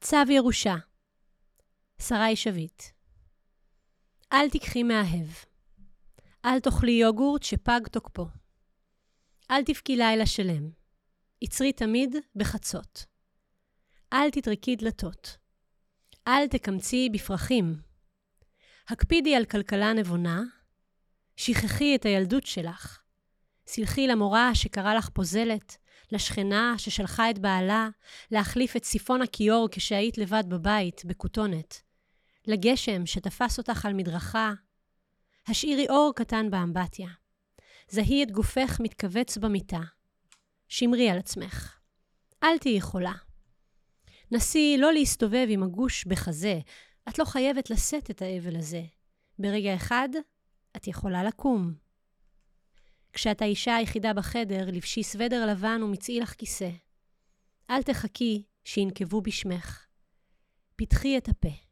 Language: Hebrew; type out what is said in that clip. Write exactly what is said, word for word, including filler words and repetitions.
צו ירושה. שרי שביט. אל תקחי מאהב. אל תאכלי יוגורט שפג תוקפו. אל תבכי לילה שלם. יצרי תמיד בחצות. אל תטרקי דלתות. אל תקמצי בפרחים. הקפידי על כלכלה נבונה. שכחי את הילדות שלך. סלחי למורה שקרא לך פוזלת, לשכנה ששלחה את בעלה להחליף את סיפון הכיור כשהיית לבד בבית בכותונת, לגשם שתפס אותך על מדרכה. השאירי אור קטן באמבטיה. זהי את גופך מתכווץ במיטה. שמרי על עצמך. אל תהי חולה. נסי לא להסתובב עם הגוש בחזה. את לא חייבת לשאת את האבל הזה. ברגע אחד את יכולה לקום. כשאת האישה היחידה בחדר, לבשי סוודר לבן ומצאי לך כיסא. אל תחכי שינקבו בשמך. פתחי את הפה.